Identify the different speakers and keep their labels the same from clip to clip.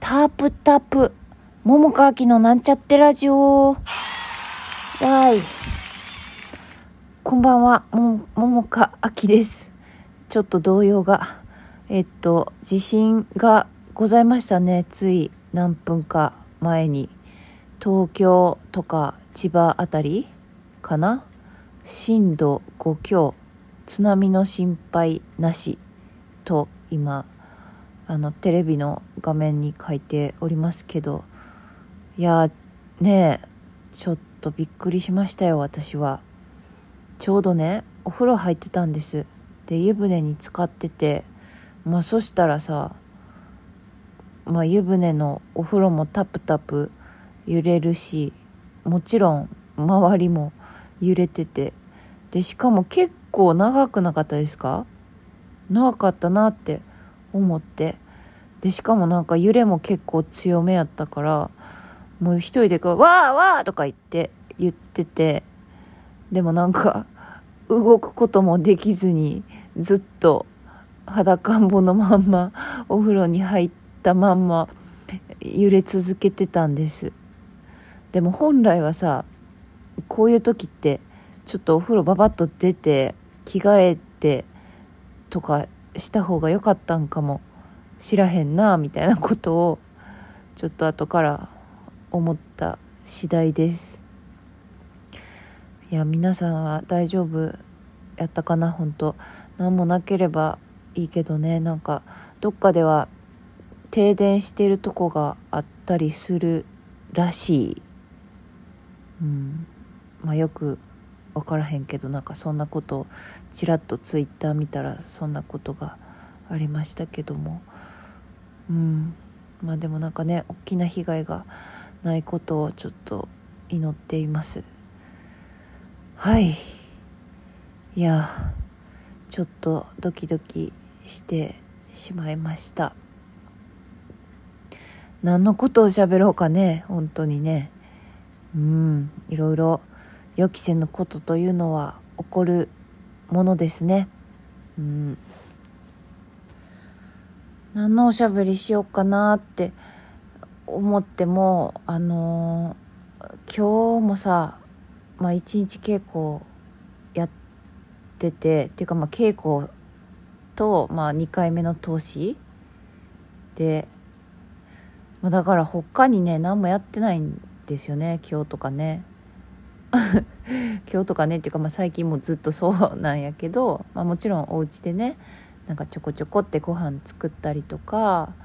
Speaker 1: タープタープ桃川あきのなんちゃってラジオ。わーい、こんばんは。桃川あきです。ちょっと動揺が地震がございましたね。つい何分か前に東京とか千葉あたりかな、震度5強、津波の心配なしと今テレビの画面に書いておりますけど、いやねえ、ちょっとびっくりしましたよ。私はちょうどねお風呂入ってたんです。で湯船に浸かってて、そしたらさ、湯船のお風呂もタプタプ揺れるし、もちろん周りも揺れてて、でしかも結構長くなかったですか？長かったなって思って、でしかもなんか揺れも結構強めやったから、もう一人でわーわーとか言ってて、でもなんか動くこともできずにずっと裸んぼのまんまお風呂に入ったまんま揺れ続けてたんです。でも本来はさ、こういう時ってちょっとお風呂ババッと出て着替えてとかした方が良かったんかもしらへんなみたいなことをちょっと後から思った次第です。いや、皆さんは大丈夫やったかな。本当何もなければいいけどね。なんかどっかでは停電してるとこがあったりするらしい。よく分からへんけど、なんかそんなことをちらっとツイッター見たらそんなことがありましたけども、でもなんかね、大きな被害がないことをちょっと祈っています。はい。いや、ちょっとドキドキしてしまいました。何のことを喋ろうかね、本当にね。いろいろ予期せぬことというのは起こるものですね。何のおしゃべりしようかなって思っても、今日もさ、一日稽古やってて、っていうか稽古と2回目の投資で、だから他にね何もやってないんですよね、今日とかね今日とかねっていうか、最近もずっとそうなんやけど、もちろんお家でね、なんかちょこちょこってご飯作ったりとか、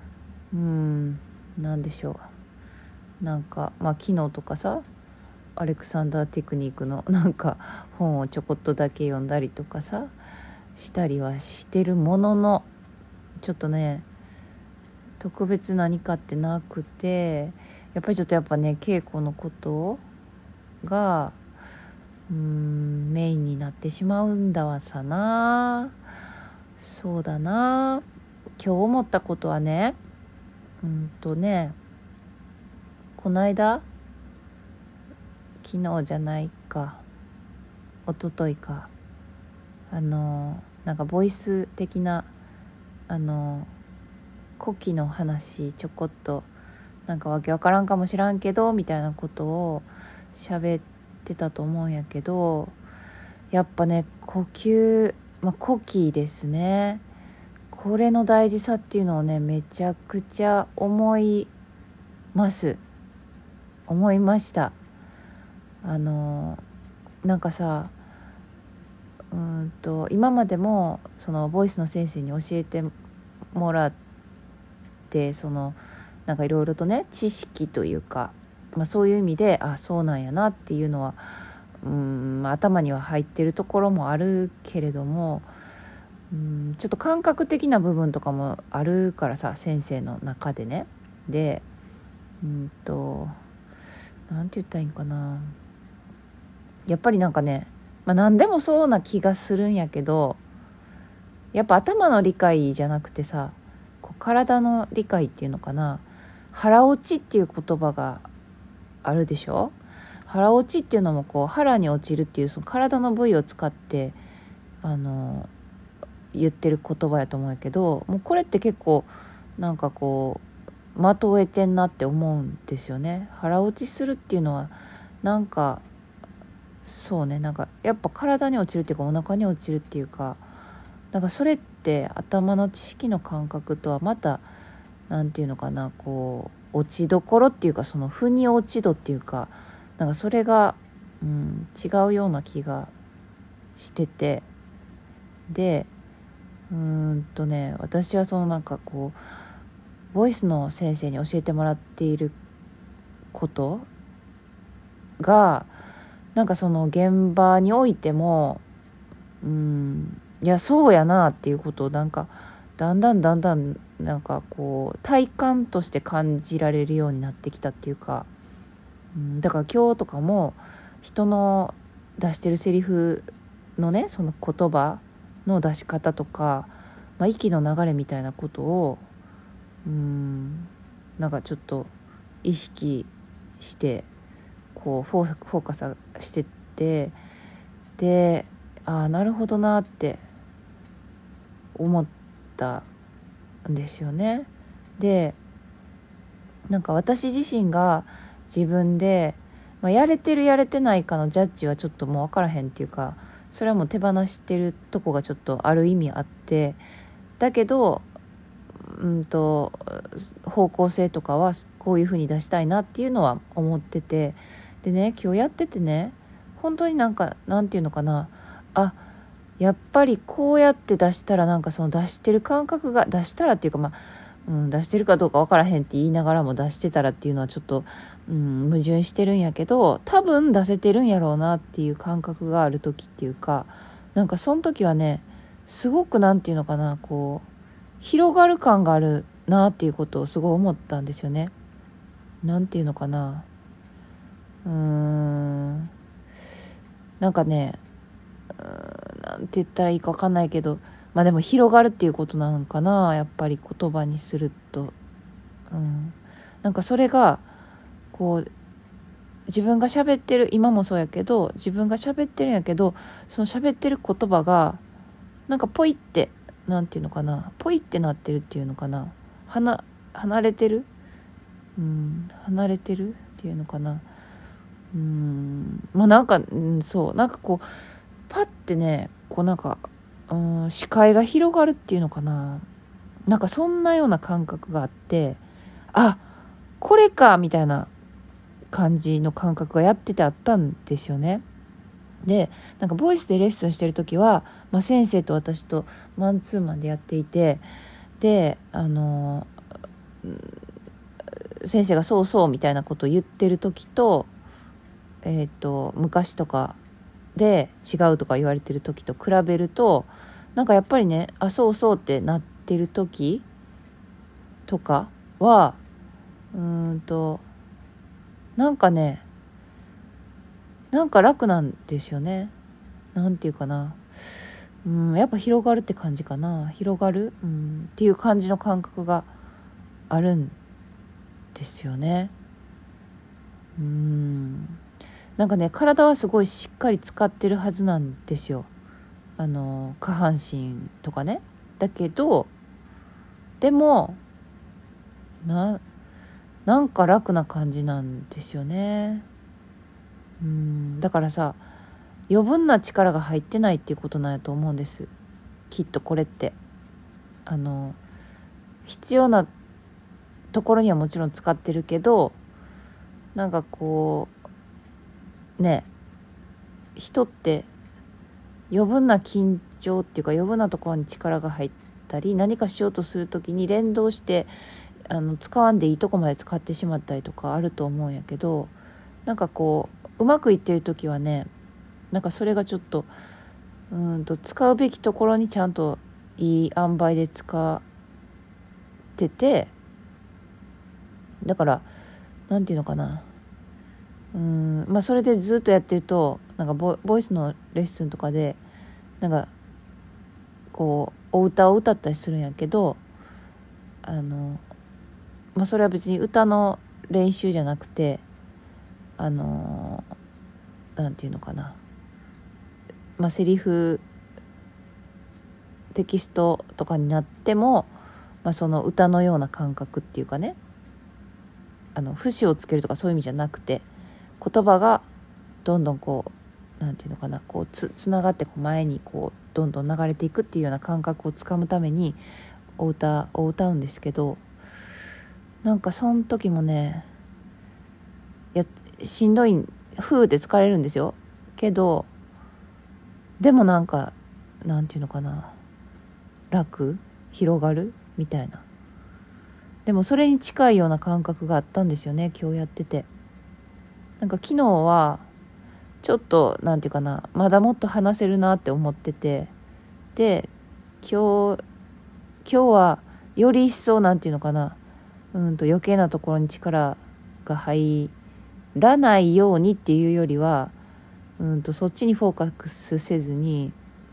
Speaker 1: なんでしょう、なんか昨日とかさ、アレクサンダーテクニックのなんか本をちょこっとだけ読んだりとかさしたりはしてるものの、ちょっとね特別何かってなくて、やっぱり稽古のことがメインになってしまうんだわさな。そうだな。今日思ったことはね、この間、昨日じゃないか一昨日か、なんかボイス的な古希の話ちょこっとなんかわけわからんかもしらんけどみたいなことを喋ってたと思うんやけど、やっぱね呼吸、呼吸ですね。これの大事さっていうのをねめちゃくちゃ思いました。なんかさ、今までもそのボイスの先生に教えてもらって、なんかいろいろとね知識というか、そういう意味でそうなんやなっていうのは頭には入ってるところもあるけれども、ちょっと感覚的な部分とかもあるからさ、先生の中でね。でなんて言ったらいいんかな、やっぱりなんかね、何でもそうな気がするんやけど、やっぱ頭の理解じゃなくてさ、体の理解っていうのかな。腹落ちっていう言葉があるでしょ。腹落ちっていうのも腹に落ちるっていうその体の部位を使って言ってる言葉やと思うけど、もうこれって結構なんか的を得てんなって思うんですよね。腹落ちするっていうのはなんかそうね、なんかやっぱ体に落ちるっていうかお腹に落ちるっていうか、なんかそれって頭の知識の感覚とはまたなんていうのかな、こう落ちどころっていうか、その腑に落ち度っていうか、なんかそれが、違うような気がしてて、で私はそのなんかこうボイスの先生に教えてもらっていることがなんかその現場においてもいやそうやなっていうことをなんかだんだんなんかこう体感として感じられるようになってきたっていうか、だから今日とかも人の出してるセリフのね、その言葉の出し方とか、息の流れみたいなことをなんかちょっと意識してこうフォーカスしてって、でなるほどなって思ったんですよね。でなんか私自身が自分で、やれてるやれてないかのジャッジはちょっともう分からへんっていうか、それはもう手放してるとこがちょっとある意味あって、だけど方向性とかはこういう風に出したいなっていうのは思ってて、でね今日やっててね、本当になんかなんていうのかな、やっぱりこうやって出したらなんかその出してる感覚が出したらっていうか出してるかどうか分からへんって言いながらも出してたらっていうのはちょっと、矛盾してるんやけど、多分出せてるんやろうなっていう感覚がある時っていうか、なんかその時はねすごくなんていうのかな、こう広がる感があるなっていうことをすごい思ったんですよね。なんていうのかな、なんかね、なんて言ったらいいか分かんないけど、でも広がるっていうことなのかな、やっぱり言葉にすると、なんかそれがこう自分が喋ってる、今もそうやけど自分が喋ってるんやけど、その喋ってる言葉がなんかポイってなんていうのかな、ポイってなってるっていうのかな、離れてる、離れてるっていうのかな、なんか、そうなんかこうパッてね、こうなんか視界が広がるっていうのかな、なんかそんなような感覚があって、これかみたいな感じの感覚がやっててあったんですよね。でなんかボイスでレッスンしてる時は、先生と私とマンツーマンでやっていて、で先生がそうそうみたいなことを言ってる時と、昔とかで違うとか言われてる時と比べると、なんかやっぱりね、そうそうってなってる時とかはなんかね、なんか楽なんですよね。なんていうかな、やっぱ広がるって感じかな、広がる、っていう感じの感覚があるんですよね。なんかね、体はすごいしっかり使ってるはずなんですよ、下半身とかね。だけどでもなんか楽な感じなんですよね。だからさ、余分な力が入ってないっていうことなんやと思うんです、きっとこれって。必要なところにはもちろん使ってるけど、なんかこうね、人って余分な緊張っていうか余分なところに力が入ったり、何かしようとするときに連動して使わんでいいとこまで使ってしまったりとかあると思うんやけど、なんかこううまくいってる時はね、なんかそれがちょっと使うべきところにちゃんといい塩梅で使ってて、だからなんていうのかな、それでずっとやってるとなんかボイスのレッスンとかでなんかこうお歌を歌ったりするんやけど、それは別に歌の練習じゃなくてなんていうのかな、セリフテキストとかになっても、その歌のような感覚っていうかね、 節をつけるとかそういう意味じゃなくて、言葉がどんどんこうなんていうのかな、こうつながってこう前にこうどんどん流れていくっていうような感覚をつかむためにお歌を歌うんですけど、なんかその時もねしんどい風で疲れるんですよ。けどでもなんかなんていうのかな、広がるみたいな、でもそれに近いような感覚があったんですよね、今日やってて。なんか昨日はちょっとなんていうかな、まだもっと話せるなって思ってて、で今日はより一層なんていうのかな、余計なところに力が入らないようにっていうよりは、そっちにフォーカスせずに、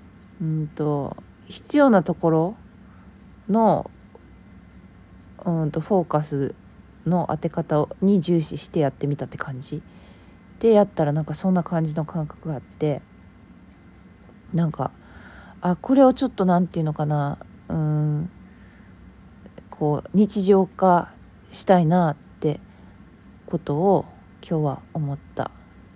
Speaker 1: 必要なところのフォーカスの当て方に重視してやってみたって感じでやったら、なんかそんな感じの感覚があって、なんかこれをちょっとなんていうのかな、こう日常化したいなってことを今日は思った。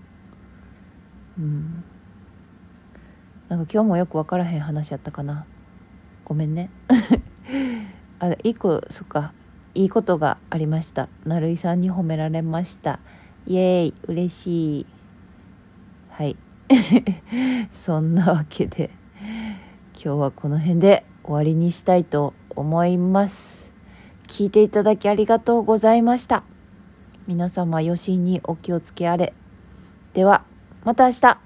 Speaker 1: なんか今日もよく分からへん話やったかな、ごめんね一個いいことがありました。なるいさんに褒められました。イエーイ、嬉しい。はいそんなわけで今日はこの辺で終わりにしたいと思います。聞いていただきありがとうございました。皆様余震にお気をつけあれ。ではまた明日。